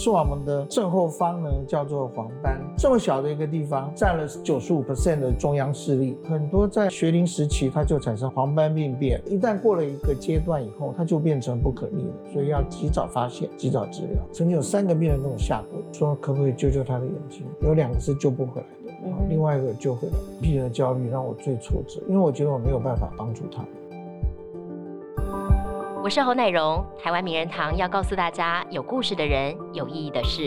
视网膜的正后方呢叫做黄斑，这么小的一个地方占了95% 的中央视力，很多在学龄时期它就产生黄斑病变，一旦过了一个阶段以后，它就变成不可逆了，所以要及早发现，及早治疗。曾经有3个病人跟我下跪，说可不可以救救他的眼睛，有2个是救不回来的，另外一个救回来。病人的焦虑让我最挫折，因为我觉得我没有办法帮助他。 我是侯乃荣，台湾名人堂要告诉大家有故事的人，有意义的事。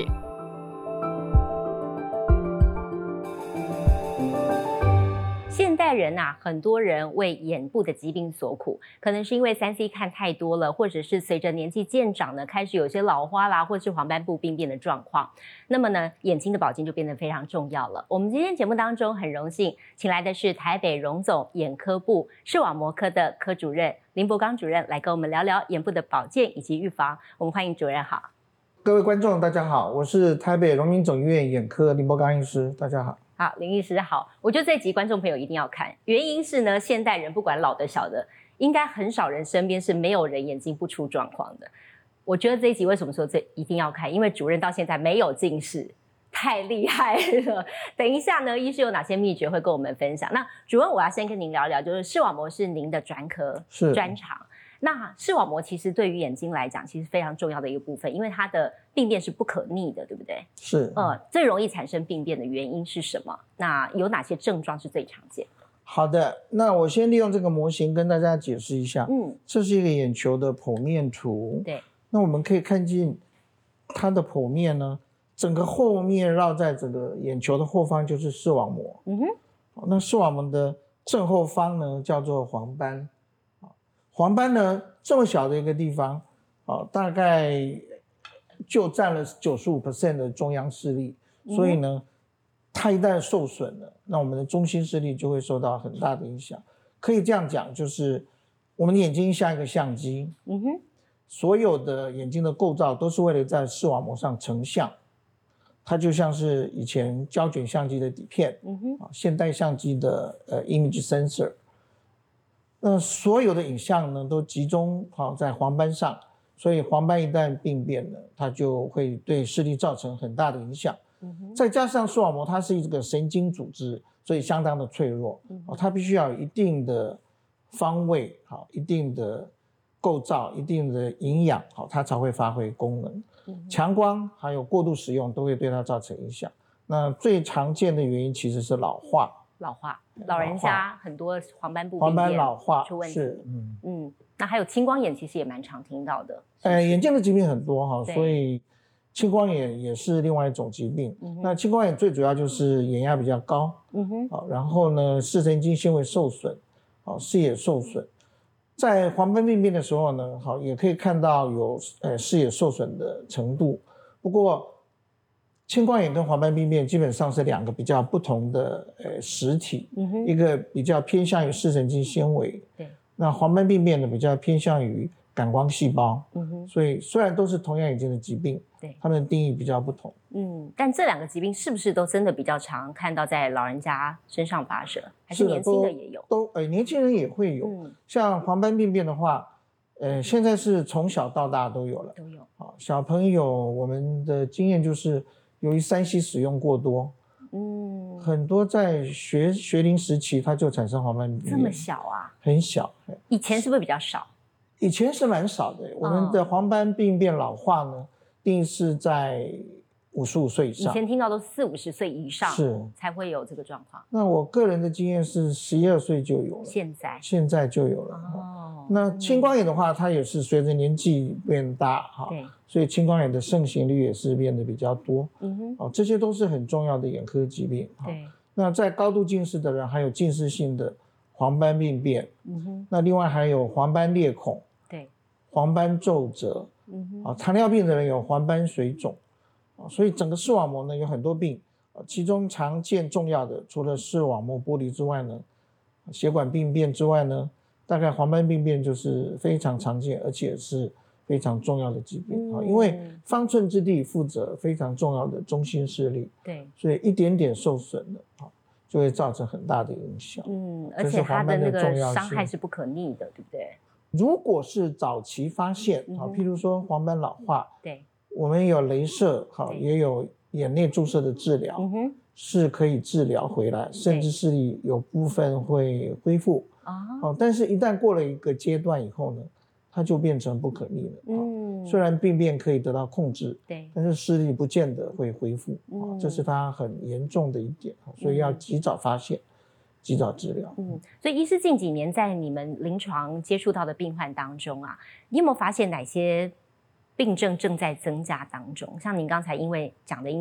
现代人啊，很多人为眼部的疾病所苦，可能是因为3C 看太多了，或者是随着年纪渐长呢，开始有些老花啦，或是黄斑部病变的状况。那么呢，眼睛的保健就变得非常重要了。我们今天节目当中很荣幸请来的是台北荣总眼科部视网膜科的科主任林伯刚主任，来跟我们聊聊眼部的保健以及预防。我们欢迎主任好。 各位观众大家好，我是台北荣民总医院眼科林伯刚医师，大家好。 好，林医师好。我觉得这一集观众朋友一定要看，原因是呢，现代人不管老的小的，应该很少人身边是没有人眼睛不出状况的。我觉得这一集为什么说这一定要看？因为主任到现在没有近视，太厉害了。等一下呢，医师有哪些秘诀会跟我们分享？那主任，我要先跟您聊聊，就是视网膜是您的专科专长。那视网膜其实对于眼睛来讲，其实非常重要的一个部分，因为它的病变是不可逆的，对不对？ 是。 最容易产生病变的原因是什么？那有哪些症状是最常见的？ 好的，那我先利用这个模型跟大家解释一下。这是一个眼球的剖面图。 对。 那我们可以看见它的剖面呢，整个后面绕在整个眼球的后方就是视网膜。那视网膜的正后方呢叫做黄斑。黄斑呢，这么小的一个地方，大概就占了95% 的中央视力，所以呢，它一旦受损了，那我们的中心视力就会受到很大的影响。可以这样讲，就是我们的眼睛像一个相机，所有的眼睛的构造都是为了在视网膜上成像，它就像是以前胶卷相机的底片，现代相机的image sensor。那所有的影像呢都集中在黄斑上，所以黄斑一旦病变了，它就会对视力造成很大的影响。再加上视网膜它是一个神经组织，所以相当的脆弱，它必须要有一定的方位，一定的构造，一定的营养，它才会发挥功能。强光还有过度使用都会对它造成影响。那最常见的原因其实是老化， 老人家很多黄斑部病变老化出问题。 是。 那还有青光眼其实也蛮常听到的。 眼睛的疾病很多，所以青光眼也是另外一种疾病。那青光眼最主要就是眼压比较高，然后呢视神经纤维受损，视野受损。在黄斑病变的时候呢，也可以看到有视野受损的程度。不过青光眼跟黄斑病变基本上是2个比较不同的实体，一个比较偏向于视神经纤维， 对， 那黄斑病变呢比较偏向于感光细胞，所以虽然都是同样眼睛的疾病，对，它们的定义比较不同。 但这2个疾病是不是都真的比较常看到在老人家身上发生，还是年轻的也有？ 年轻人也会有。像黄斑病变的话，现在是从小到大都有了，小朋友我们的经验就是由于3C 使用过多，很多在学龄时期它就产生黄斑病变。 这么小啊？ 很小。 以前是不是比较少？以前是蛮少的。我们的黄斑病变老化呢，定义是在55岁以上。 以前听到都40、50岁以上是才会有这个状况。 那我个人的经验是11、12岁就有了。现在就有了。那青光眼的话，它也是随着年纪变大，所以青光眼的盛行率也是变得比较多。这些都是很重要的眼科疾病。那在高度近视的人，还有近视性的黄斑病变。那另外还有黄斑裂孔，黄斑皱褶。糖尿病的人有黄斑水肿。所以整个视网膜呢有很多病，其中常见重要的除了视网膜剥离之外呢，血管病变之外呢，大概黄斑病变就是非常常见，而且是非常重要的疾病。因为方寸之地负责非常重要的中心视力，所以一点点受损了，就会造成很大的影响。 而且它的那个伤害是不可逆的，对不对？ 如果是早期发现，譬如说黄斑老化， 我们有雷射，好，也有眼内注射的治疗，是可以治疗回来，甚至视力有部分会恢复。但是一旦过了一个阶段以后呢，它就变成不可逆了。虽然病变可以得到控制， 对， 但是视力不见得会恢复。这是它很严重的一点，所以要及早发现。及早治疗。 所以医师近几年在你们临床接触到的病患当中啊，你有没有发现哪些病症正在增加当中？像您刚才因为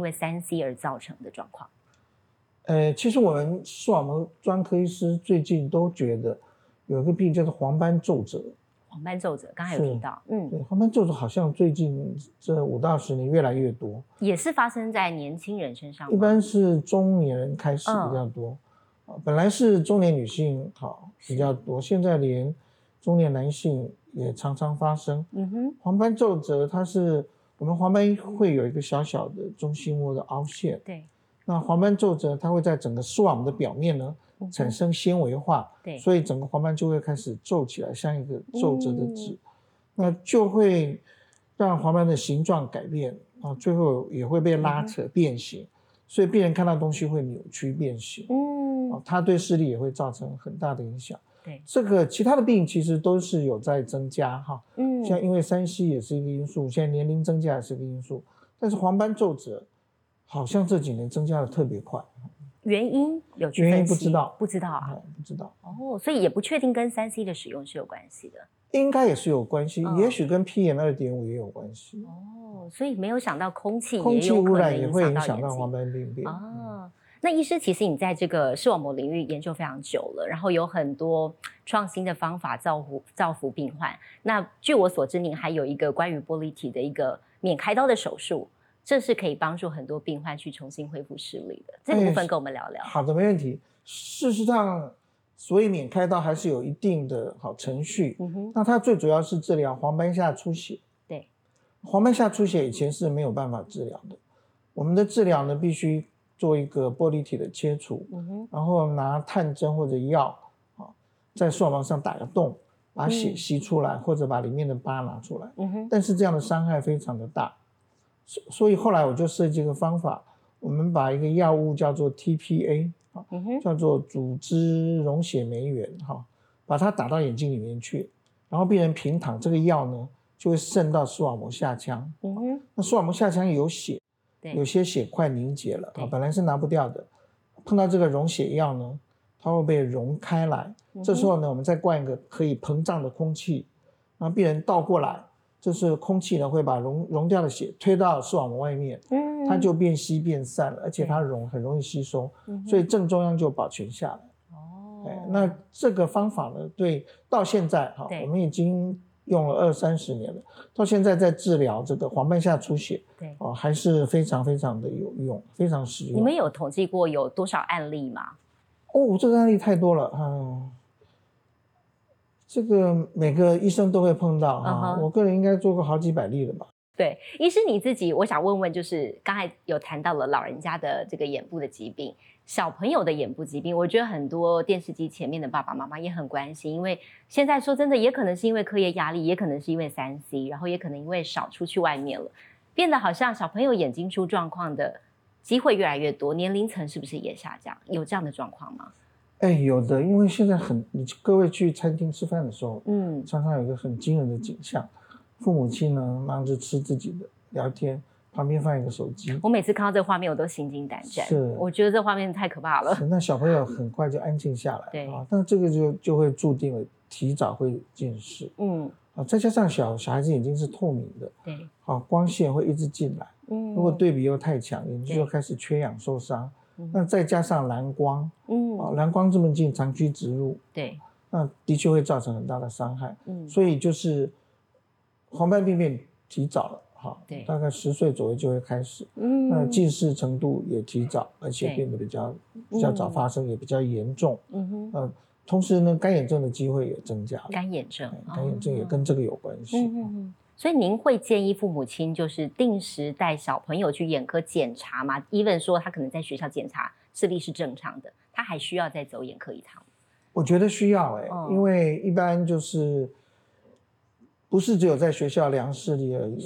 3C 而造成的状况。 其实我们视网膜专科医师最近都觉得有一个病叫做黄斑皱褶。 黄斑皱褶刚才有提到， 对，黄斑皱褶好像最近这5到10年越来越多， 也是发生在年轻人身上吗？ 一般是中年人开始比较多。本来是中年女性比较多，现在连中年男性也常常发生。黄斑皱褶它是我们黄斑会有一个小小的中心窝的凹陷， 对， 那黄斑皱褶它会在整个视网膜的表面呢产生纤维化， 对， 所以整个黄斑就会开始皱起来，像一个皱褶的纸，那就会让黄斑的形状改变最后也会被拉扯变形，所以病人看到东西会扭曲变形。它对视力也会造成很大的影响。 对， 这个其他的病其实都是有在增加像因为3C 也是一个因素，现在年龄增加也是一个因素，但是黄斑皱褶好像这几年增加的特别快。 原因有去分析？ 原因不知道， 不知道啊， 不知道。 所以也不确定跟3C 的使用是有关系的。 应该也是有关系，也许跟 PM2.5 也有关系。 所以没有想到空气污染也会影响到黄斑病变。 那医师，其实你在这个视网膜领域研究非常久了，然后有很多创新的方法造福病患。那据我所知，您还有一个关于玻璃体的一个免开刀的手术，这是可以帮助很多病患去重新恢复视力的。这个部分跟我们聊聊。 好的，没问题。事实上，所以免开刀还是有一定的程序。那它最主要是治疗黄斑下出血。对，黄斑下出血以前是没有办法治疗的。我们的治疗呢，必须做一个玻璃体的切除，然后拿探针或者药在视网膜上打个洞，把血吸出来，或者把里面的疤拿出来。但是这样的伤害非常的大，所以后来我就设计一个方法，我们把一个药物叫做 TPA，叫做组织溶血酶原，把它打到眼睛里面去，然后病人平躺，这个药呢就会渗到视网膜下腔。那视网膜下腔有血，有些血块凝结了，本来是拿不掉的，碰到这个溶血药呢，它会被溶开来。这时候呢，我们再灌一个可以膨胀的空气，然后病人倒过来，这是空气呢会把溶掉的血推到视网膜外面，它就变稀变散了，而且它很容易吸收，所以正中央就保全下来。那这个方法呢，到现在我们已经用了20-30年了，到现在在治疗这个黄斑下出血，还是非常非常的有用，非常实用。 你们有统计过有多少案例吗？ 这个案例太多了，这个每个医生都会碰到我个人应该做过好几百例了吧。 对，医师你自己，我想问问，就是刚才有谈到了老人家的这个眼部的疾病，小朋友的眼部疾病，我觉得很多电视机前面的爸爸妈妈也很关心，因为现在说真的，也可能是因为课业压力，也可能是因为3C，然后也可能因为少出去外面了，变得好像小朋友眼睛出状况的机会越来越多，年龄层是不是也下降？有这样的状况吗？ 有的，因为现在各位去餐厅吃饭的时候，常常有一个很惊人的景象，父母亲呢忙着吃自己的聊天，旁边放一个手机。 我每次看到这个画面，我都心惊胆战。我觉得这画面太可怕了。 那小朋友很快就安静下来， 对那这个就会注定了提早会近视。再加上小孩子眼睛是透明的， 对， 光线会一直进来，如果对比又太强，眼睛就开始缺氧受伤。那再加上蓝光，蓝光这么近，长驱直入， 对， 那的确会造成很大的伤害。所以就是黄斑病变提早了，大概10岁左右就会开始。那近视程度也提早，而且变得比较早发生，也比较严重。同时呢，干眼症的机会也增加了。 干眼症也跟这个有关系。 所以您会建议父母亲就是定时带小朋友去眼科检查吗 ？even 说他可能在学校检查视力是正常的，他还需要再走眼科一趟？ 我觉得需要因为一般就是不是只有在学校量视力而已，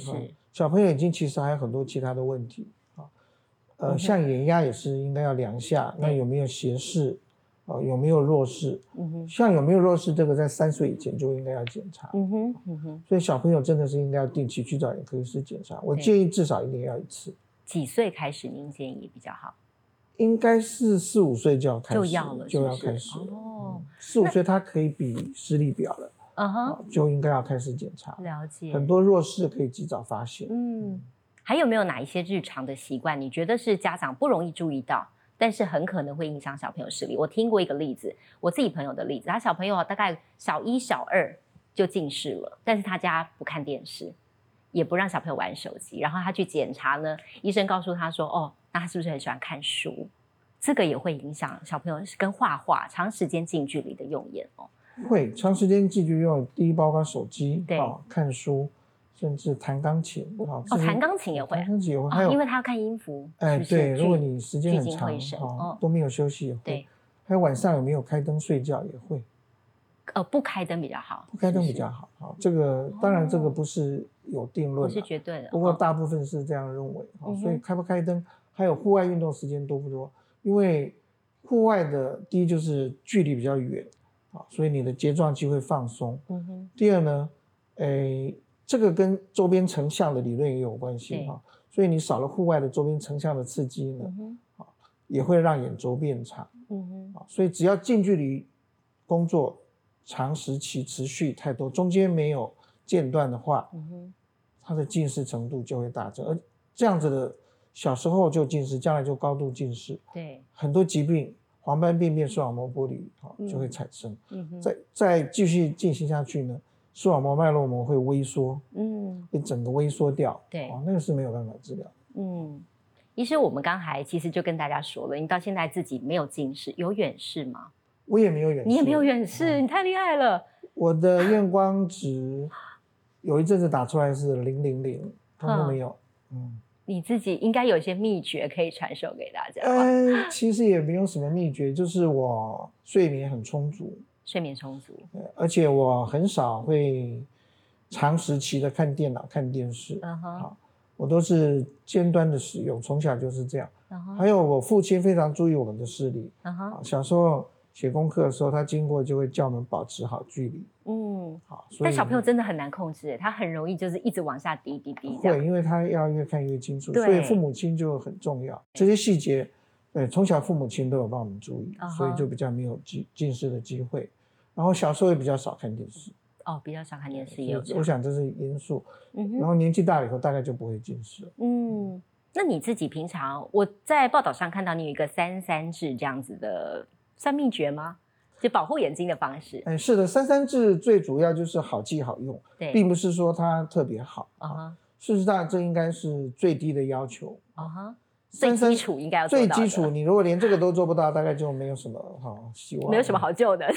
小朋友已经其实还有很多其他的问题啊，像眼压也是应该要量下，那有没有斜视有没有弱视？像有没有弱视，这个在3岁以前就应该要检查。所以小朋友真的是应该要定期去找眼科医师检查。我建议至少1年要1次。 几岁开始您建议比较好？ 应该是4、5岁就要开始， 就要了， 就要开始。4、5岁他可以比视力表了，就应该要开始检查。 了解。 很多弱视可以及早发现。 还有没有哪一些日常的习惯，你觉得是家长不容易注意到？但是很可能会影响小朋友视力。我听过一个例子，我自己朋友的例子，他小朋友大概小1、小2就近视了，但是他家不看电视，也不让小朋友玩手机，然后他去检查呢，医生告诉他说，哦，那他是不是很喜欢看书？这个也会影响小朋友跟画画长时间近距离的用眼哦。 会长时间近距离用，第一包括手机， 对， 看书。甚至弹钢琴弹钢琴也会， 弹钢琴也会，还有因为他要看音符。 对，如果你时间很长都没有休息也会。 对， 还有晚上有没有开灯睡觉也会。 不开灯比较好。 不开灯比较好。这个当然这个不是有定论， 不是绝对的。 不过大部分是这样认为。所以开不开灯，还有户外运动时间多不多？因为户外的第一就是距离比较远，所以你的睫状肌会放松。第二呢，这个跟周边成像的理论也有关系所以你少了户外的周边成像的刺激呢，也会让眼轴变长。所以只要近距离工作长时期持续太多，中间没有间断的话，它的近视程度就会大增。而这样子的小时候就近视，将来就高度近视。 对， 很多疾病，黄斑变视网膜剥离就会产生。再继续进行下去呢，视网膜脉络膜会微缩，会整个微缩掉， 对， 那个是没有办法治疗。 医师，我们刚才其实就跟大家说了，你到现在自己没有近视，有远视吗？ 我也没有远视。 你也没有远视，你太厉害了。 我的验光值有一阵子打出来是000，通通没有。 你自己应该有一些秘诀可以传授给大家。 其实也没有什么秘诀，就是我睡眠很充足。 睡眠充足， 而且我很少会长时期的看电脑看电视。我都是尖端的使用，从小就是这样。还有我父亲非常注意我们的视力。小时候写功课的时候，他经过就会叫我们保持好距离。 但小朋友真的很难控制，他很容易就是一直往下滴滴滴。 会，因为他要越看越清楚，所以父母亲就很重要。这些细节，从小父母亲都有帮我们注意，所以就比较没有近视的机会。然后小时候也比较少看电视。 比较少看电视也有。 我想这是因素。然后年纪大了以后，大概就不会近视了。 那你自己平常，我在报道上看到你有一个3-3制这样子的，算秘诀吗？就保护眼睛的方式。 是的，3-3制最主要就是好记好用，并不是说它特别好。事实上，这应该是最低的要求。 最基础应该要做到的。 最基础，你如果连这个都做不到，大概就没有什么希望， 没有什么好救的。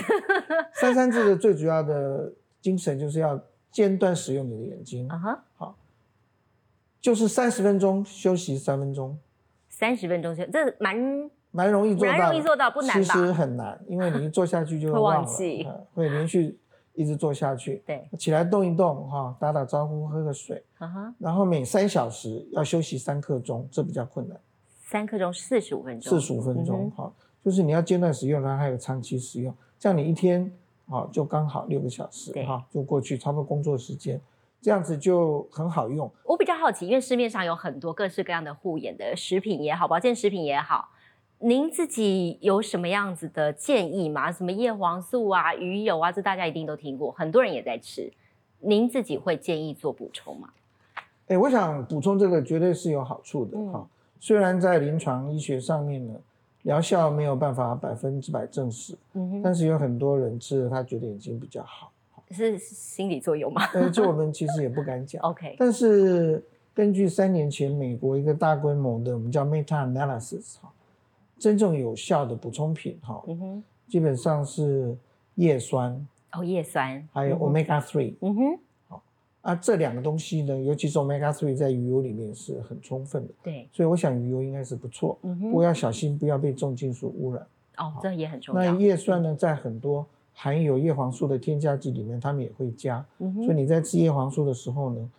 3-3制的最主要的精神就是要间断使用你的眼睛。就是30分钟休息3分钟。 30分钟休息，这蛮容易做到， 不难吧？ 其实很难，因为你一坐下去就会忘了，会连续一直坐下去。 对， 起来动一动打打招呼，喝个水。然后每3小时要休息3刻钟，这比较困难。 3刻钟45分钟。 45分钟，就是你要间断使用，然后还有长期使用，这样你一天就刚好6个小时就过去，差不多工作时间。这样子就很好用。 我比较好奇，因为市面上有很多各式各样的护眼的食品也好，保健食品也好，您自己有什么样子的建议吗？什么叶黄素啊、鱼油啊，这大家一定都听过，很多人也在吃。您自己会建议做补充吗？ 我想补充这个绝对是有好处的。虽然在临床医学上面呢，疗效没有办法100%证实，但是有很多人吃了他觉得眼睛比较好。 是心理作用吗？ 这我们其实也不敢讲。 OK， 但是根据3年前美国一个大规模的我们叫 meta analysis， 真正有效的补充品基本上是叶酸。 叶酸， 还有 omega 3。这2个东西呢，尤其是 omega 3在鱼油里面是很充分的。 对， 所以我想鱼油应该是不错。不过要小心不要被重金属污染。 这也很重要。 那叶酸呢，在很多含有叶黄素的添加剂里面，他们也会加。所以你在吃叶黄素的时候呢，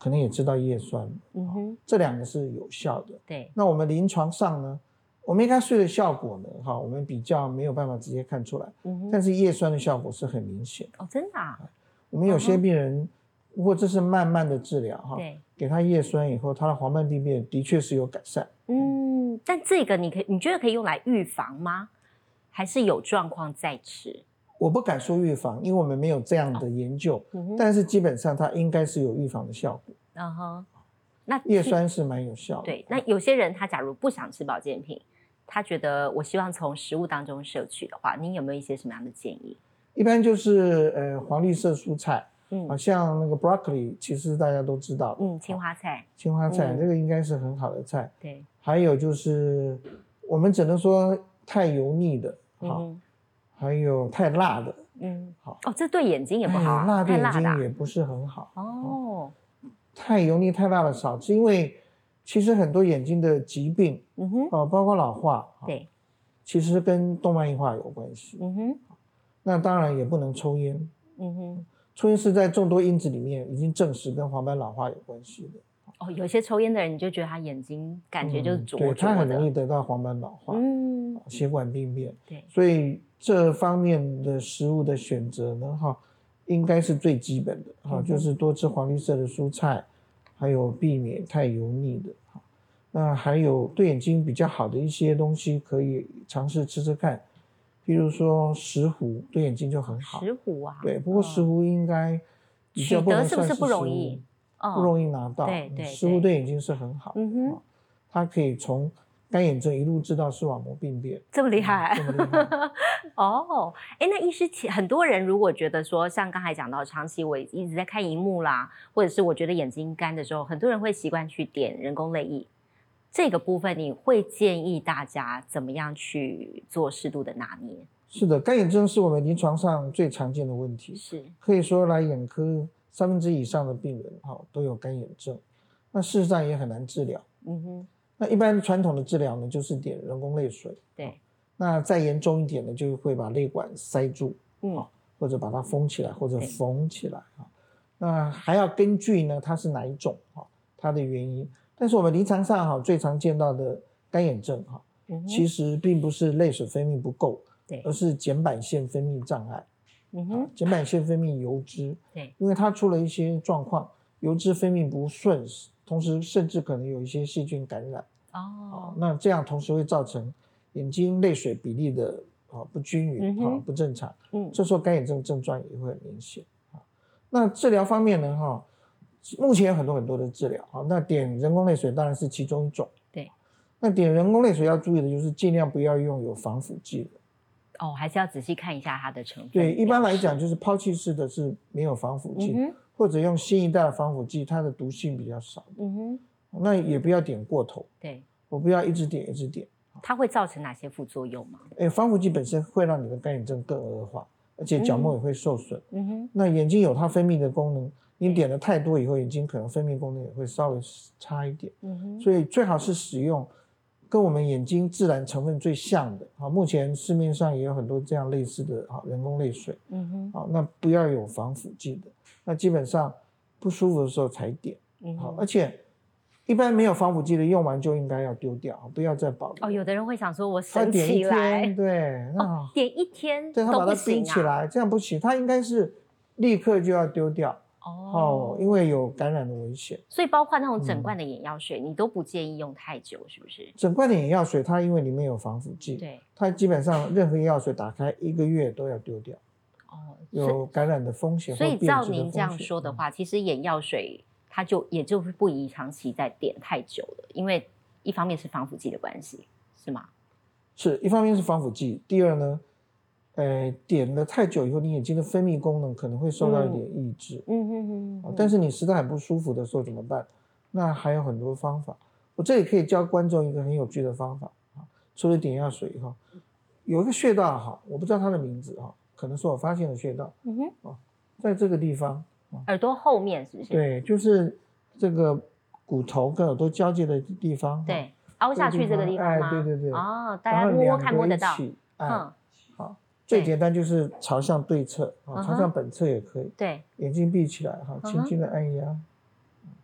可能也知道叶酸，这两个是有效的。 对， 那我们临床上呢，Omega 3的效果呢，我们比较没有办法直接看出来，但是叶酸的效果是很明显。 哦，真的啊？ 我们有些病人，如果这是慢慢的治疗对， 给他叶酸以后，他的黄斑病变的确是有改善。 但这个你觉得可以用来预防吗？还是有状况再吃？ 我不敢说预防，因为我们没有这样的研究，但是基本上它应该是有预防的效果。那叶酸是蛮有效的。 对，那有些人他假如不想吃保健品，他觉得我希望从食物当中摄取的话，您有没有一些什么样的建议？ 一般就是黄绿色蔬菜，像那个 broccoli， 其实大家都知道， 青花菜， 青花菜这个应该是很好的菜。 对， 还有就是我们只能说太油腻的，还有太辣的， 这对眼睛也不好， 辣对眼睛也不是很好。太油腻太辣的少吃，因为其实很多眼睛的疾病，包括老化， 对， 其实跟动脉硬化有关系。那当然也不能抽烟。抽烟是在众多因子里面已经证实跟黄斑老化有关系的。 有些抽烟的人你就觉得他眼睛感觉就是灼灼的， 对，他很容易得到黄斑老化，血管病变。 对， 所以这方面的食物的选择呢，应该是最基本的，就是多吃黄绿色的蔬菜，还有避免太油腻的。那还有对眼睛比较好的一些东西可以尝试吃吃看，譬如说石斛对眼睛就很好。 石斛啊？ 对，不过石斛应该比较不能算是不容易？ 不容易拿到。 对， 石斛对眼睛是很好。它可以从干眼症一路治到视网膜病变， 这么厉害？ 这么厉害。 那医师，很多人如果觉得说，像刚才讲到，长期我一直在看荧幕啦，或者是我觉得眼睛干的时候，很多人会习惯去点人工泪液。这个部分你会建议大家怎么样去做适度的拿捏？ 是的，干眼症是我们临床上最常见的问题， 是可以说来眼科1/3以上的病人都有干眼症，那事实上也很难治疗。那一般传统的治疗呢，就是点人工泪水。 对， 那再严重一点呢，就会把泪管塞住，或者把它封起来，或者缝起来。那还要根据呢它是哪一种它的原因。但是我们临床上最常见到的干眼症其实并不是泪水分泌不够，而是睑板腺分泌障碍。睑板腺分泌油脂，因为它出了一些状况，油脂分泌不顺，同时甚至可能有一些细菌感染。那这样同时会造成眼睛泪水比例的不均匀，不正常。这时候干眼症症状也会很明显。那治疗方面呢，目前有很多的治疗，那点人工泪水当然是其中一种。 对， 那点人工泪水要注意的就是尽量不要用有防腐剂的。 还是要仔细看一下它的成分。 对，一般来讲就是抛弃式的是没有防腐剂，或者用新一代的防腐剂，它的毒性比较少。那也不要点过头。 对， 我不要一直点。 它会造成哪些副作用吗？ 防腐剂本身会让你的干眼症更恶化，而且角膜也会受损。那眼睛有它分泌的功能，你点了太多以后，眼睛可能分泌功能也会稍微差一点。所以最好是使用跟我们眼睛自然成分最像的。目前市面上也有很多这样类似的人工泪水。那不要有防腐剂的。那基本上不舒服的时候才点。而且一般没有防腐剂的用完就应该要丢掉，不要再保留。 有的人会想说我省起来， 对， 点一天对，他把它冰起来，这样不行，它应该是立刻就要丢掉。因为有感染的危险。 所以包括那种整罐的眼药水，你都不建议用太久，是不是？ 整罐的眼药水它因为里面有防腐剂， 对， 它基本上任何药水打开1个月都要丢掉。有感染的风险。 所以照您这样说的话，其实眼药水它也就是不宜长期再点太久了，因为一方面是防腐剂的关系，是吗？ 是，一方面是防腐剂，第二呢，点了太久以后，你眼睛的分泌功能可能会受到一点抑制。但是你实在很不舒服的时候怎么办？那还有很多方法。我这里可以教观众一个很有趣的方法。除了点药水以后，有一个穴道我不知道它的名字可能是我发现的穴道。在这个地方， 耳朵后面是不是？ 对，就是这个骨头跟耳朵交界的地方。 对，凹下去这个地方吗？ 对。 大家摸摸看，摸得到。 好，最简单就是朝向对侧，朝向本侧也可以。 对， 眼睛闭起来，轻轻的按压。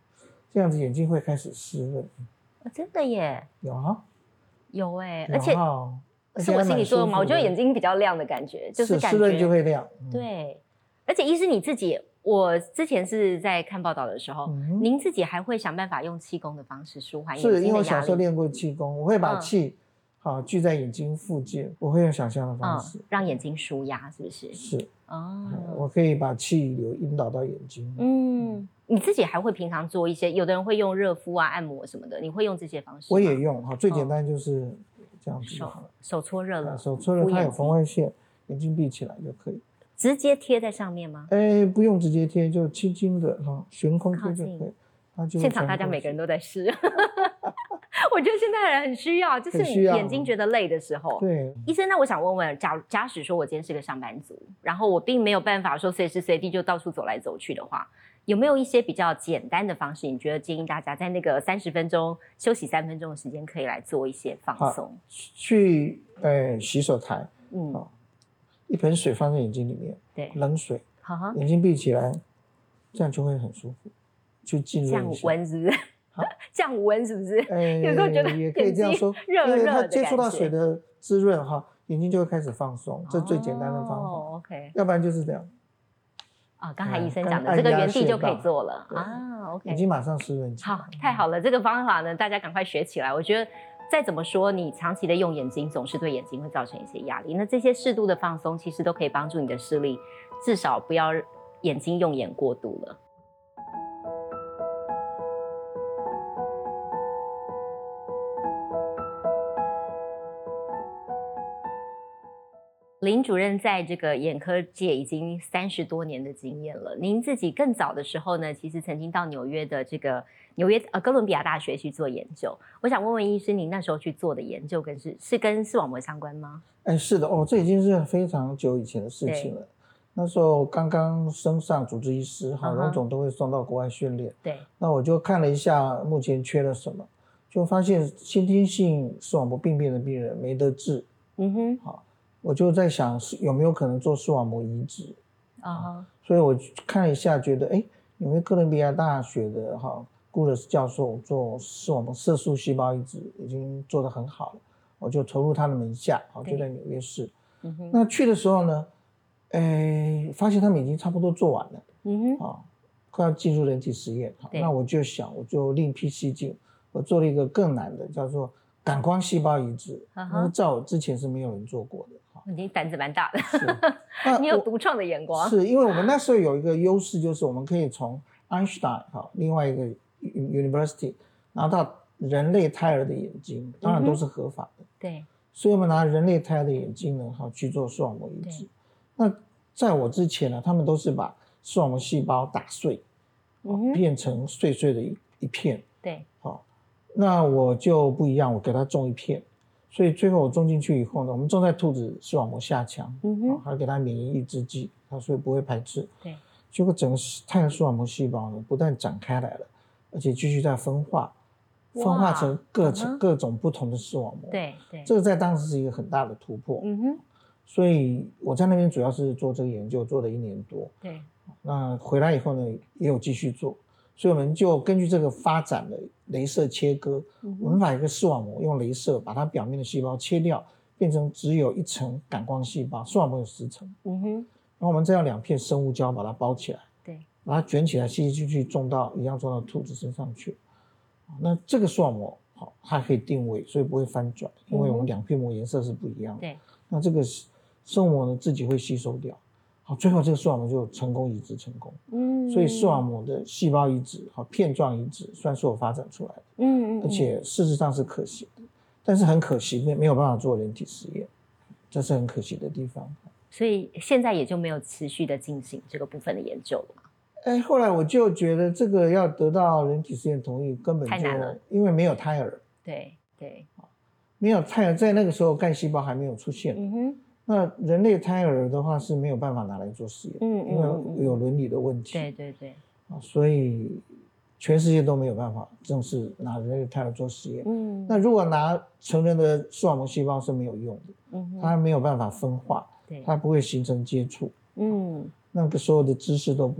这样子眼睛会开始湿润。 真的耶， 有啊， 有哎， 有而且啊是我心里做的吗？我觉得眼睛比较亮的感觉，就是感觉湿润就会亮。 对，而且医师你自己，我之前是在看报道的时候，您自己还会想办法用气功的方式舒缓眼睛的压力。 是因为我小时候练过气功，我会把气好聚在眼睛附近，我会用想象的方式， 让眼睛舒压，是不是？ 是我可以把气流引导到眼睛。 你自己还会平常做一些，有的人会用热敷啊、按摩什么的，你会用这些方式吗？ 我也用最简单就是这样子就好了。 手搓热了， 手搓热它有红外线，眼睛闭起来就可以。 直接贴在上面吗？ 不用直接贴，就轻轻的悬空贴就可以。 现场大家每个人都在试，我觉得现在人很需要，就是你眼睛觉得累的时候。 对， 医生，那我想问问，假使说我今天是个上班族，然后我并没有办法说随时随地就到处走来走去的话，有没有一些比较简单的方式？你觉得建议大家在那个30分钟休息3分钟的时间，可以来做一些放松？ 去洗手台，一盆水放在眼睛里面， 对， 冷水，眼睛闭起来，这样就会很舒服，去浸润一下。 降温是不是？降温是不是？有时候觉得也可以这样说， 热热的感觉， 因为它接触到水的滋润眼睛就会开始放松，这最简单的方法。 OK， 要不然就是这样。 刚才医生讲的这个原地就可以做了OK， 眼睛马上湿润起来。 好，太好了，这个方法呢，大家赶快学起来。我觉得再怎么说，你长期的用眼睛，总是对眼睛会造成一些压力。那这些适度的放松，其实都可以帮助你的视力，至少不要眼睛用眼过度了。林主任在这个眼科界已经30多年的经验了。您自己更早的时候呢，其实曾经到纽约的哥伦比亚大学去做研究。我想问问医师，您那时候去做的研究是跟视网膜相关吗？ 是的这已经是非常久以前的事情了。那时候刚刚升上主治医师，荣总都会送到国外训练。 对， 那我就看了一下目前缺了什么，就发现先天性视网膜病变的病人没得治。我就在想有没有可能做视网膜移植所以我看了一下，觉得纽约哥伦比亚大学的古勒斯教授做视网膜色素细胞移植已经做得很好了，我就投入他的门下，就在纽约市。那去的时候呢，发现他们已经差不多做完了，快要进入人体实验。那我就想，我就另辟蹊径，我做了一个更难的，叫做感光细胞移植。那个在我之前是没有人做过的。 你胆子蛮大的，你有独创的眼光。 是因为我们那时候有一个优势，就是我们可以从 Einstein 另外一个 University 拿到人类胎儿的眼睛，当然都是合法的。 对， 所以我们拿人类胎儿的眼睛呢，去做视网膜移植。那在我之前呢，他们都是把视网膜细胞打碎，变成碎碎的一片。 对， 那我就不一样，我给它种一片。所以最后我种进去以后呢，我们种在兔子视网膜下腔，还给它免疫抑制剂，所以不会排斥。 对， 结果整个胎儿视网膜细胞呢，不但展开来了，而且继续在分化成各种不同的视网膜。 对， 这个在当时是一个很大的突破。所以我在那边主要是做这个研究，做了1年多。 对， 那回来以后呢，也有继续做。所以我们就根据这个发展的雷射切割，我们把一个视网膜用雷射把它表面的细胞切掉，变成只有1层感光细胞，视网膜有10层。然后我们再用2片生物胶把它包起来， 对， 把它卷起来，细细去种到兔子身上去。那这个视网膜它可以定位，所以不会翻转，因为我们2片膜颜色是不一样的。 对， 那这个生物膜呢自己会吸收掉。最后这个视网膜就成功移植成功。所以视网膜的细胞移植片状移植算是我发展出来的。而且事实上是可行的，但是很可惜没有办法做人体实验，这是很可惜的地方。 所以现在也就没有持续的进行这个部分的研究了。 后来我就觉得这个要得到人体实验同意根本就太难了， 因为没有胎儿。 对， 没有胎儿，在那个时候干细胞还没有出现。那人类胎儿的话是没有办法拿来做实验，因为有伦理的问题。 对， 所以全世界都没有办法正式拿人类胎儿做实验。那如果拿成人的视网膜细胞是没有用的，它没有办法分化，它不会形成接触。那个时候的知识都不够，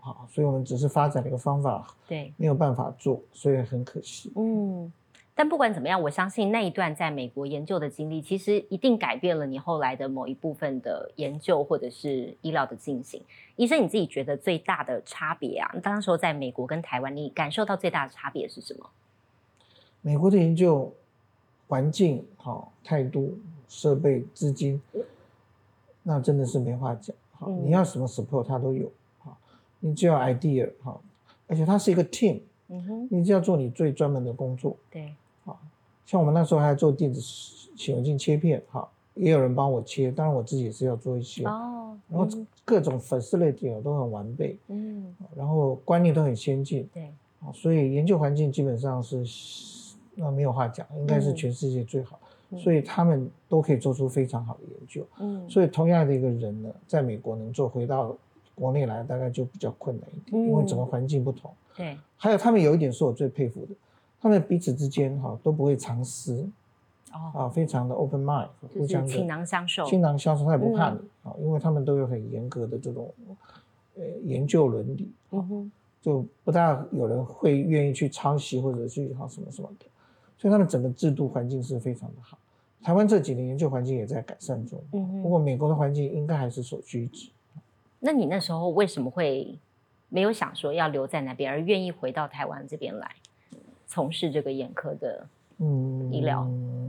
哈，所以我们只是发展了一个方法， 对， 没有办法做，所以很可惜。 但不管怎么样，我相信那一段在美国研究的经历，其实一定改变了你后来的某一部分的研究或者是医疗的进行。医生，你自己觉得最大的差别啊？当时候在美国跟台湾，你感受到最大的差别是什么？ 美国的研究环境、态度、设备、资金，那真的是没话讲。你要什么 support 它都有，你只要 idea， 而且它是一个 team，你只要做你最专门的工作。 对， 像我们那时候还做电子显微镜切片，也有人帮我切，当然我自己也是要做一些。然后各种 facility 都很完备，然后观念都很先进， 对， 所以研究环境基本上是那没有话讲，应该是全世界最好，所以他们都可以做出非常好的研究。所以同样的一个人呢，在美国能做，回到国内来大概就比较困难一点，因为整个环境不同。 对， 还有他们有一点是我最佩服的，他们彼此之间都不会藏私，非常的 open mind， 互相的倾囊相授， 他也不怕你，因为他们都有很严格的这种研究伦理，就不大有人会愿意去抄袭或者去什么什么的，所以他们整个制度环境是非常的好。台湾这几年研究环境也在改善中，不过美国的环境应该还是首屈一指。 那你那时候为什么会没有想说要留在那边，而愿意回到台湾这边来从事这个眼科的医疗？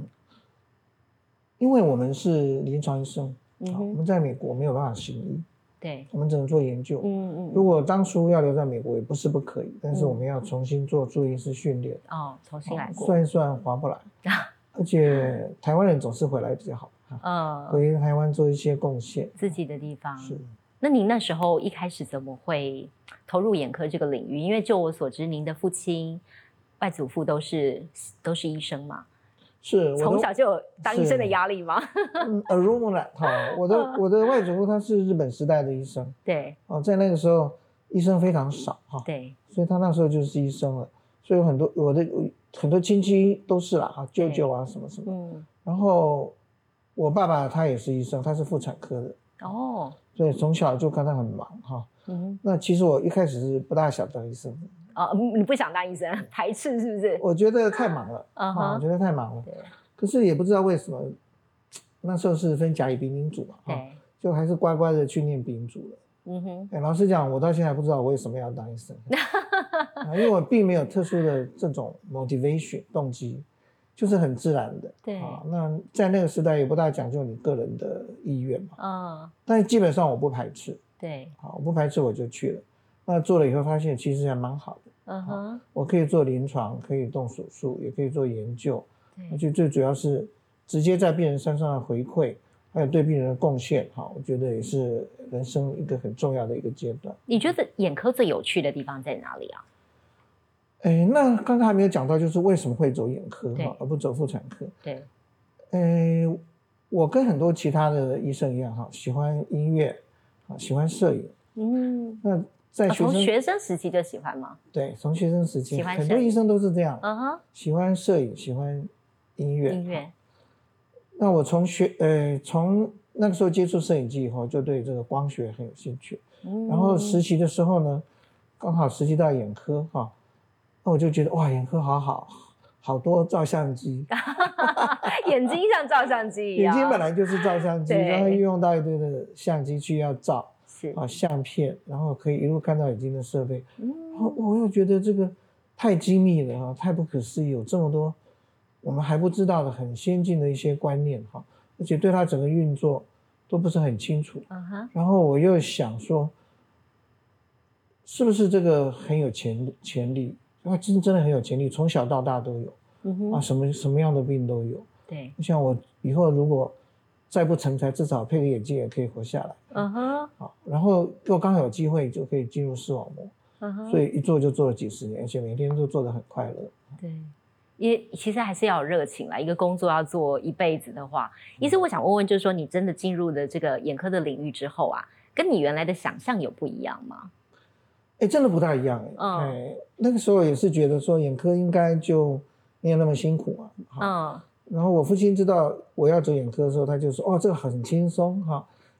因为我们是临床医生，我们在美国没有办法行医， 对， 我们只能做研究。如果当初要留在美国也不是不可以，但是我们要重新做住院医师训练， 重新来过， 算一算划不来。而且台湾人总是回来比较好，回台湾做一些贡献， 自己的地方是。 那你那时候一开始怎么会投入眼科这个领域？因为就我所知，您的父亲、外祖父都是医生嘛， 是从小就有当医生的压力吗？ 耳濡目染。我的外祖父他是日本时代的医生， 对， 在那个时候医生非常少， 对， 所以他那时候就是医生了，所以有很多亲戚都是啦，舅舅啊什么什么。然后我爸爸他也是医生，他是妇产科的，所以从小就跟他很忙那其实我一开始是不大想当医生的。 你不想当医生，排斥是不是？ 我觉得太忙了，我觉得太忙了。可是也不知道为什么，那时候是分甲乙丙丁组嘛，就还是乖乖的去念丙组了。老实讲，我到现在还不知道我为什么要当医生，因为我并没有特殊的这种 motivation 动机，就是很自然的。 对， 那在那个时代也不大讲究你个人的意愿嘛。但是基本上我不排斥。 对， 我不排斥我就去了。那做了以后发现其实还蛮好的。我可以做临床，可以动手术，也可以做研究，而且最主要是直接在病人身上的回馈，还有对病人的贡献，我觉得也是人生一个很重要的一个阶段。 你觉得眼科最有趣的地方在哪里啊？ 那刚才还没有讲到，就是为什么会走眼科而不走妇产科？ 对， 我跟很多其他的医生一样喜欢音乐，喜欢摄影。那在从学生时期就喜欢吗？ 对，从学生时期很多医生都是这样，喜欢摄影，喜欢音乐。那我从那个时候接触摄影机以后，就对这个光学很有兴趣。然后实习的时候呢，刚好实习到眼科那我就觉得哇，眼科好多照相机， 眼睛像照相机一样。 眼睛本来就是照相机，然后运用到一堆的相机去要照。相片，然后可以一路看到眼睛的设备。我又觉得这个太机密了太不可思议，有这么多我们还不知道的很先进的一些观念而且对它整个运作都不是很清楚。然后我又想说，是不是这个很有潜力？真的很有潜力，从小到大都有。什么样的病都有。 对， 像我以后如果再不成才，至少配个眼镜也可以活下来。然后又刚好有机会就可以进入视网膜。所以一做就做了几十年，而且每天都做得很快乐。 对，因为其实还是要有热情啦，一个工作要做一辈子的话，医生我想问问，就是说你真的进入了这个眼科的领域之后跟你原来的想象有不一样吗？ 真的不大一样。那个时候也是觉得说眼科应该就没有那么辛苦然后我父亲知道我要走眼科的时候，他就说这个很轻松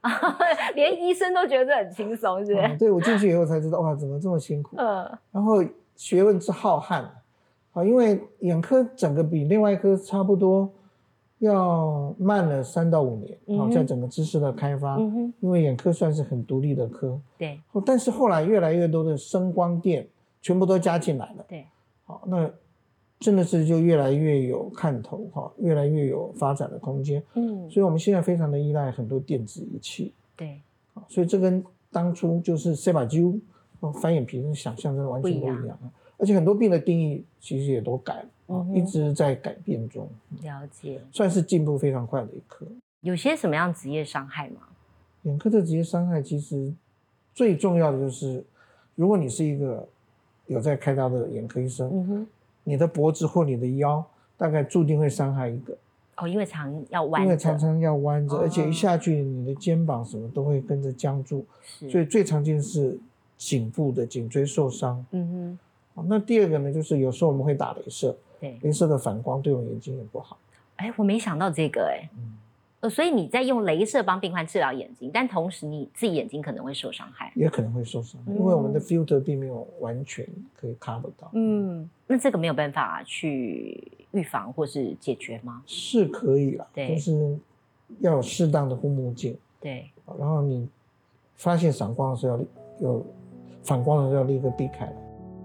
连医生都觉得这很轻松，是不是？ 对，我进去以后才知道，哇，怎么这么辛苦？然后学问之浩瀚，因为眼科整个比另外一科差不多要慢了3到5年，在整个知识的开发，因为眼科算是很独立的科， 对。 但是后来越来越多的声光电全部都加进来了， 对。 那真的是就越来越有看头，越来越有发展的空间，所以我们现在非常的依赖很多电子仪器， 对， 所以这跟当初就是塞把揪翻眼皮的想象真的完全不一样，而且很多病的定义其实也都改了，一直在改变中。 了解， 算是进步非常快的一科。 有些什么样职业伤害吗？ 眼科的职业伤害其实最重要的就是，如果你是一个有在开刀的眼科医生，你的脖子或你的腰大概注定会伤害一个。 因为常要弯着， 因为常常要弯着，而且一下去你的肩膀什么都会跟着僵住，所以最常见是颈部的颈椎受伤。那第二个呢，就是有时候我们会打雷射，对，雷射的反光对我们眼睛也不好。 我没想到这个所以你在用雷射帮病患治疗眼睛，但同时你自己眼睛可能会受伤害， 也可能会受伤，因为我们的 filter 并没有完全可以 cover 到。 那这个没有办法去预防或是解决吗？ 是可以啦，就是要有适当的护目镜。 对， 然后你发现闪光的时候有反光的时候要立刻避开来。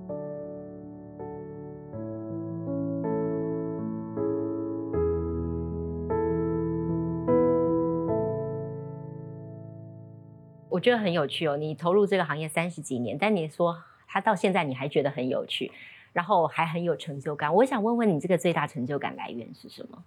我觉得很有趣你投入这个行业30几年，但你说它到现在你还觉得很有趣，然后还很有成就感。我想问问你，这个最大成就感来源是什么？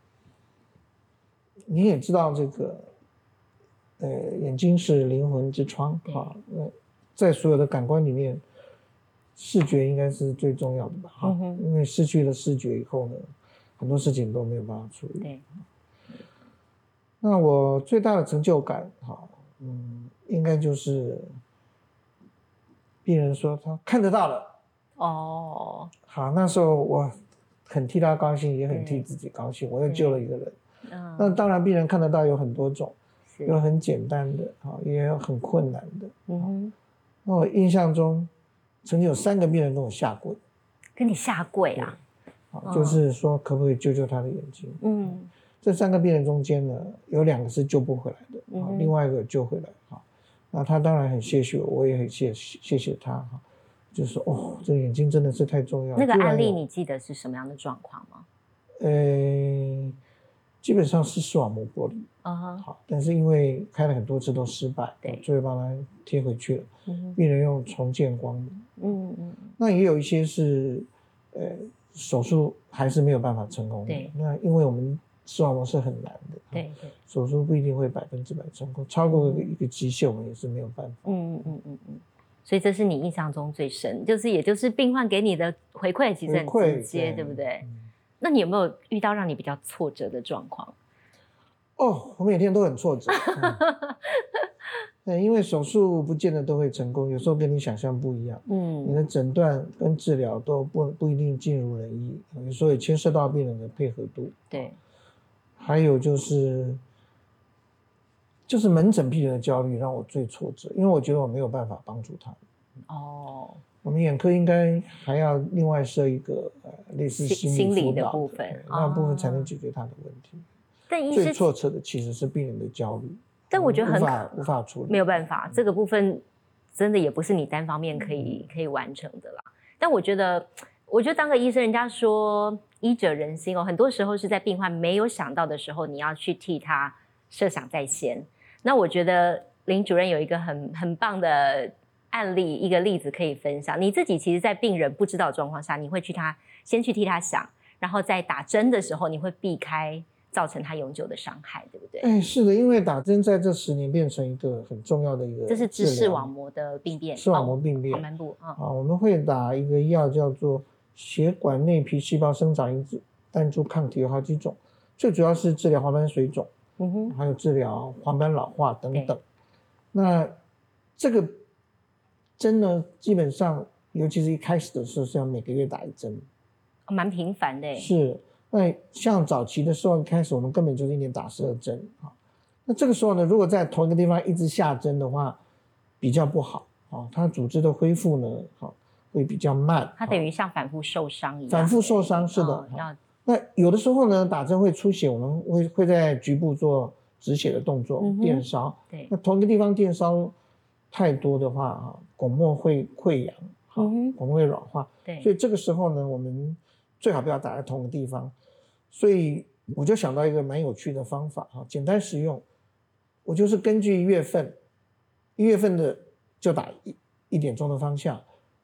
你也知道这个，眼睛是灵魂之窗在所有的感官里面，视觉应该是最重要的吧？因为失去了视觉以后呢，很多事情都没有办法处理。 对。 那我最大的成就感，应该就是病人说他看得到了。好，那时候我很替他高兴，也很替自己高兴，我又救了一个人。那当然病人看得到有很多种，有很简单的，也有很困难的。那我印象中曾经有3个病人跟我下跪。 跟你下跪啊？ 就是说可不可以救救他的眼睛。这3个病人中间呢，有2个是救不回来的，另外一个救回来。那他当然很谢谢我，我也很谢谢他。就是说这个眼睛真的是太重要了。 那个案例你记得是什么样的状况吗？ 基本上是视网膜剥离。好，但是因为开了很多次都失败，最后把它贴回去了。病人用重建光明。那也有一些是手术还是没有办法成功的。那因为我们视网膜是很难的，手术不一定会100%成功，超过一个极限我们也是没有办法。 所以这是你印象中最深，也就是病患给你的回馈其实很直接，对不对？那你有没有遇到让你比较挫折的状况？ 我每天都很挫折。因为手术不见得都会成功，有时候跟你想象不一样。你的诊断跟治疗都不一定尽如人意，有时候也牵涉到病人的配合度。对，还有就是门诊病人的焦虑让我最挫折，因为我觉得我没有办法帮助他们。我们眼科应该还要另外设一个类似心理的部分，那部分才能解决他的问题。但最挫折的其实是病人的焦虑。 但我觉得无法处理， 没有办法，这个部分真的也不是你单方面可以完成的啦。但我觉得当个医生，人家说医者仁心很多时候是在病患没有想到的时候，你要去替他设想在先。那我觉得林主任有一个很棒的案例，一个例子可以分享。你自己其实在病人不知道的状况下，你会先去替他想，然后在打针的时候你会避开造成他永久的伤害，对不对？ 是的，因为打针在这10年变成一个很重要的一个， 这是治视网膜的病变， 视网膜病变。 黄斑部我们会打一个药叫做血管内皮细胞生长因子弹珠抗体，有好几种，最主要是治疗黄斑水肿，还有治疗黄斑老化等等。那这个针呢，基本上尤其是一开始的时候是要每个月打1针， 蛮频繁的。 是。那像早期的时候，开始我们根本就是1年打12针。 那这个时候呢，如果在同一个地方一直下针的话，比较不好它组织的恢复呢会比较慢， 它等于像反复受伤一样。 反复受伤是的。那有的时候呢，打针会出血，我们会在局部做止血的动作，电烧。 对， 那同一个地方电烧太多的话巩膜会溃疡，巩膜会软化。 对， 所以这个时候呢，我们最好不要打在同一个地方。所以我就想到一个蛮有趣的方法简单实用。我就是根据1月份的就打1点钟的方向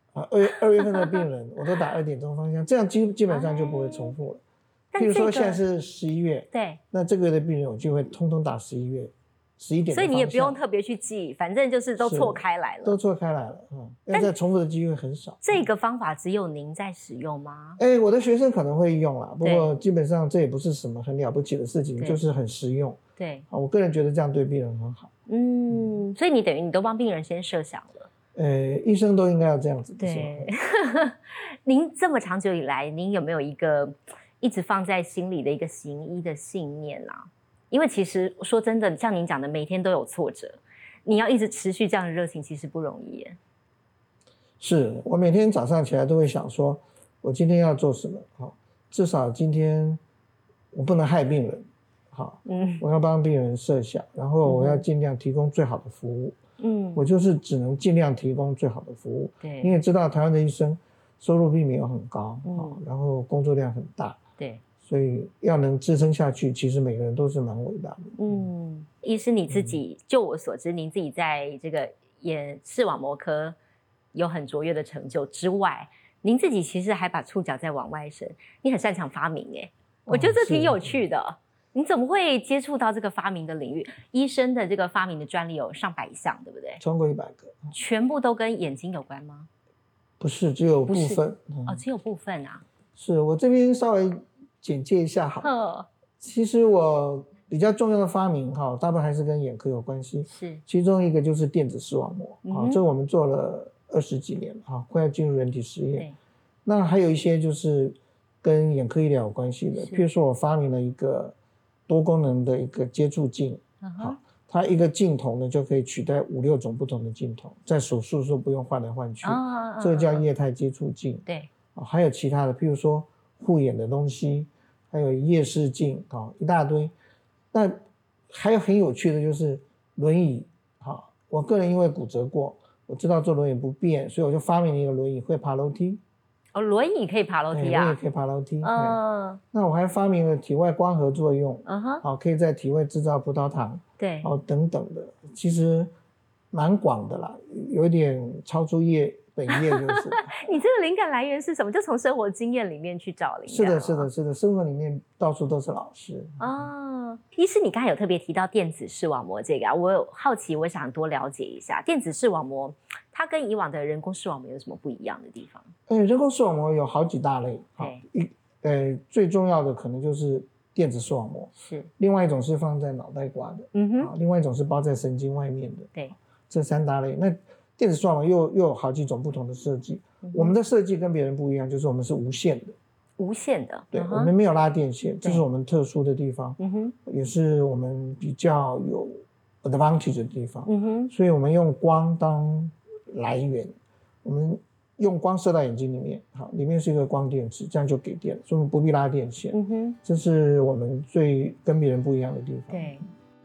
，2月份的病人我都打2点钟方向，这样基本上就不会重复了。譬如说现在是11月， 对， 那这个月的病人我就会通通打11月11点的方向， 所以你也不用特别去记，反正就是都错开来了， 都错开来了，要再重复的机会很少。 这个方法只有您在使用吗？ 我的学生可能会用啦，不过基本上这也不是什么很了不起的事情，就是很实用。 对， 我个人觉得这样对病人很好。 所以你等于你都帮病人先设想了。 医生都应该要这样子。 对，您这么长久以来，您有没有一个一直放在心里的一个行医的信念啊？因为其实说真的，像您讲的，每天都有挫折，你要一直持续这样的热情，其实不容易耶。 是我每天早上起来都会想说，我今天要做什么？至少今天我不能害病人，我要帮病人设想，然后我要尽量提供最好的服务。我就是只能尽量提供最好的服务。 对， 你也知道台湾的医生收入并没有很高，然后工作量很大。 对， 所以要能支撑下去，其实每个人都是蛮伟大的。 医师你自己，就我所知，您自己在这个演视网膜科有很卓越的成就之外，您自己其实还把触角再往外伸，你很擅长发明我觉得这挺有趣的。你怎么会接触到这个发明的领域？医生的这个发明的专利有上百项，对不对？ 超过100个。 全部都跟眼睛有关吗？ 不是，只有部分。 只有部分啊。 是我这边稍微简介一下好。其实我比较重要的发明大部分还是跟眼科有关系。 是， 其中一个就是电子视网膜这我们做了20几年了快要进入人体实验。那还有一些就是跟眼科医疗有关系的，譬如说我发明了一个多功能的一个接触镜，它一个镜头呢就可以取代5、6种不同的镜头，在手术的时候不用换来换去，这个叫液态接触镜。 对， 还有其他的，譬如说护眼的东西，还有夜视镜一大堆。那还有很有趣的就是轮椅我个人因为骨折过，我知道坐轮椅不便，所以我就发明了一个轮椅会爬楼梯。 轮椅可以爬楼梯啊？ 轮椅可以爬楼梯。那我还发明了体外光合作用，可以在体外制造葡萄糖， 对， 等等的，其实蛮广的啦，有点超出本业就是。 你这个灵感来源是什么？就从生活经验里面去找灵感？ 是的，生活里面到处都是老师。 医师，你刚才有特别提到电子视网膜这个我有好奇，我想多了解一下电子视网膜，它跟以往的人工视网膜有什么不一样的地方？ 人工视网膜有好几大类，最重要的可能就是电子视网膜，是另外一种是放在脑袋瓜的，另外一种是包在神经外面的，对，这3大类。那电子视网膜又有好几种不同的设计，我们的设计跟别人不一样，就是我们是无线的。无线的，对，我们没有拉电线，这是我们特殊的地方，也是我们比较有 advantage 的地方，所以我们用光当来源，我们用光射到眼睛里面，里面是一个光电池，这样就给电了，所以我们不必拉电线，这是我们最跟别人不一样的地方。对。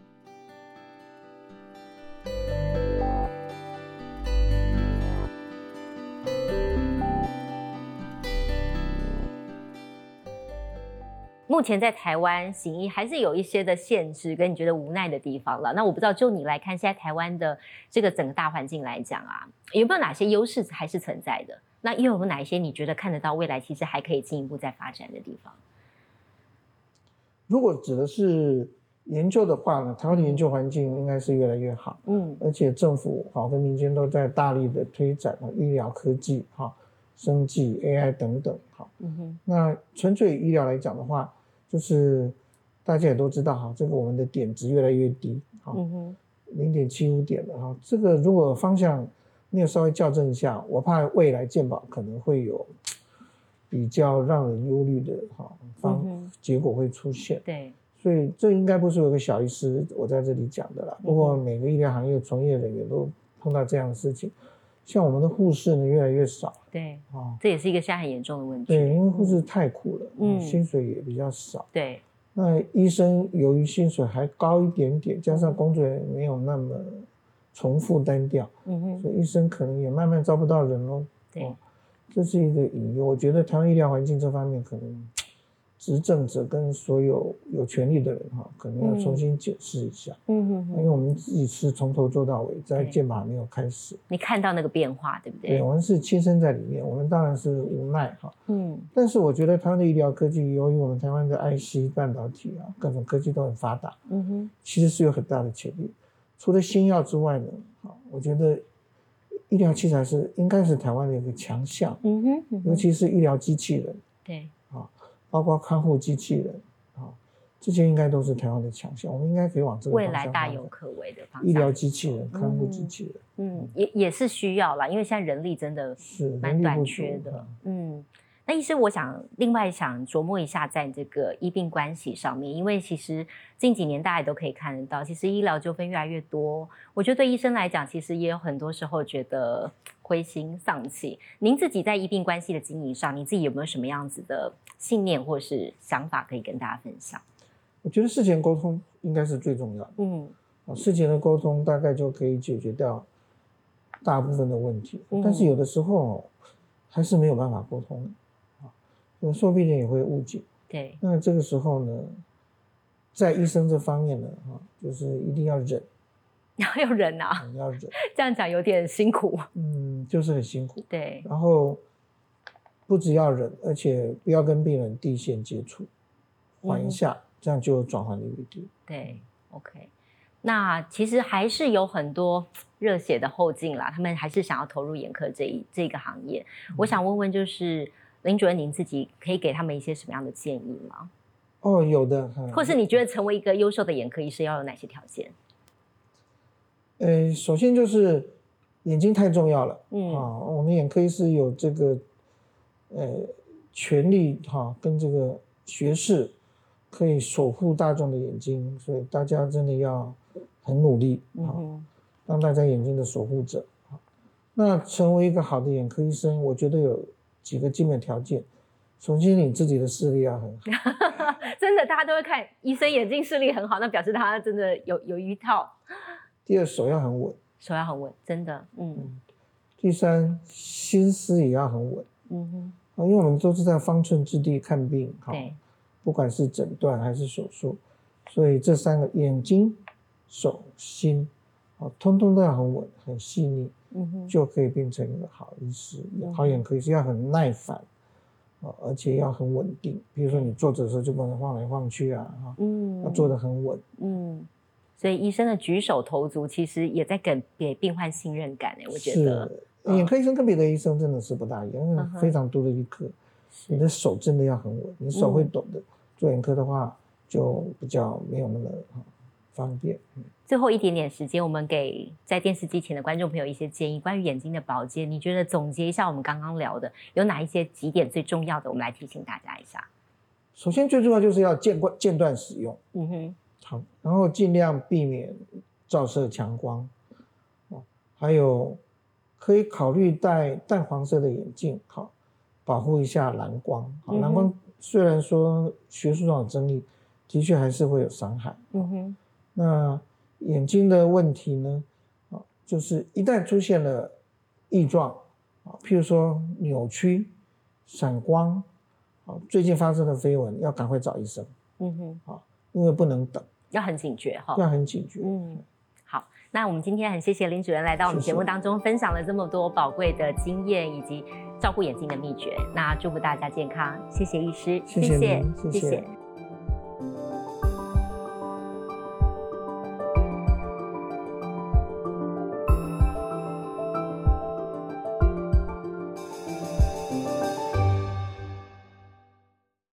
目前在台湾行医还是有一些的限制跟你觉得无奈的地方了。那我不知道就你来看，现在台湾的这个整个大环境来讲有没有哪些优势还是存在的？那又有没有哪一些你觉得看得到未来其实还可以进一步再发展的地方？ 如果指的是研究的话呢，台湾的研究环境应该是越来越好，而且政府跟民间都在大力的推展医疗科技生技 AI 等等那纯粹医疗来讲的话，就是大家也都知道这个我们的点值越来越低0.75点了这个如果方向没有稍微校正一下，我怕未来健保可能会有比较让人忧虑的结果会出现。对， 所以这应该不是有个小医师我在这里讲的啦。不过每个医疗行业从业人员都碰到这样的事情，像我们的护士呢越来越少。 对，这也是一个现在很严重的问题。 对，因为护士太苦了，薪水也比较少。 对， 那医生由于薪水还高一点点，加上工作也没有那么重复单调，所以医生可能也慢慢招不到人咯。对，这是一个隐忧。我觉得台湾医疗环境这方面可能执政者跟所有有权利的人可能要重新检视一下。因为我们自己是从头做到尾，在健保还没有开始， 你看到那个变化，对不对？ 对，我们是亲身在里面，我们当然是无奈但是我觉得台湾的医疗科技，由于我们台湾的 IC 半导体各种科技都很发达，其实是有很大的潜力。除了新药之外呢，我觉得医疗器材应该是台湾的一个强项，尤其是医疗机器人， 对， 包括看护机器人，这些应该都是台湾的强项，我们应该可以往这个方向未来大有可为的方向。 医疗机器人、看护机器人， 也是需要啦，因为现在人力真的是蛮短缺的。那医师，我另外想琢磨一下，在这个医病关系上面，因为其实近几年大家也都可以看得到，其实医疗纠纷越来越多。我觉得对医生来讲，其实也有很多时候觉得灰心丧气。您自己在医病关系的经营上，你自己有没有什么样子的信念或是想法可以跟大家分享？ 我觉得事前沟通应该是最重要的。事前的沟通大概就可以解决掉大部分的问题，但是有的时候还是没有办法沟通。有时候病人也会误解， 对。 那这个时候呢，在医生这方面呢，就是一定要忍， 要忍啊， 要忍。 这样讲有点辛苦， 就是很辛苦。 对。 然后不只要忍，而且不要跟病人第一线接触，缓一下，这样就有转换的余地。 对 ，OK。那其实还是有很多热血的后进啦，他们还是想要投入眼科这个行业。我想问问，就是林主任，您自己可以给他们一些什么样的建议吗？ 有的。 或是你觉得成为一个优秀的眼科医师要有哪些条件？ 首先就是眼睛太重要了。我们眼科医师有这个权利跟这个学识，可以守护大众的眼睛，所以大家真的要很努力当大家眼睛的守护者。那成为一个好的眼科医生，我觉得有几个基本条件。首先你自己的视力要很好。 真的，大家都会看医生眼睛视力很好，那表示他真的有一套。 第二，手要很稳。 手要很稳，真的。 第三，心思也要很稳。因为我们都是在方寸之地看病， 对， 不管是诊断还是手术，所以这三个眼睛、手、心，通通都要很稳、很细腻，就可以变成一个好医师。好眼科医师要很耐烦，而且要很稳定。比如说你坐着的时候就不能晃来晃去要坐得很稳。 所以医生的举手投足其实也在给病患信任感。我觉得眼科医生跟别的医生真的是不大一样，因为非常多的一科，你的手真的要很稳，你手会抖的。做眼科的话就比较没有那么方便。 最后一点点时间，我们给在电视机前的观众朋友一些建议，关于眼睛的保健，你觉得总结一下我们刚刚聊的有哪一些几点最重要的，我们来提醒大家一下。 首先最重要就是要间断使用。好，然后尽量避免照射强光，还有可以考虑戴淡黄色的眼镜，保护一下蓝光。蓝光虽然说学术上有争议，的确还是会有伤害。那眼睛的问题呢，就是一旦出现了异状，譬如说扭曲、闪光，最近发生的绯闻，要赶快找医生。因为不能等， 要很警觉哈， 要很警觉。 好，那我们今天很谢谢林主任来到我们节目当中，分享了这么多宝贵的经验以及照顾眼睛的秘诀。那祝福大家健康，谢谢医师， 谢谢。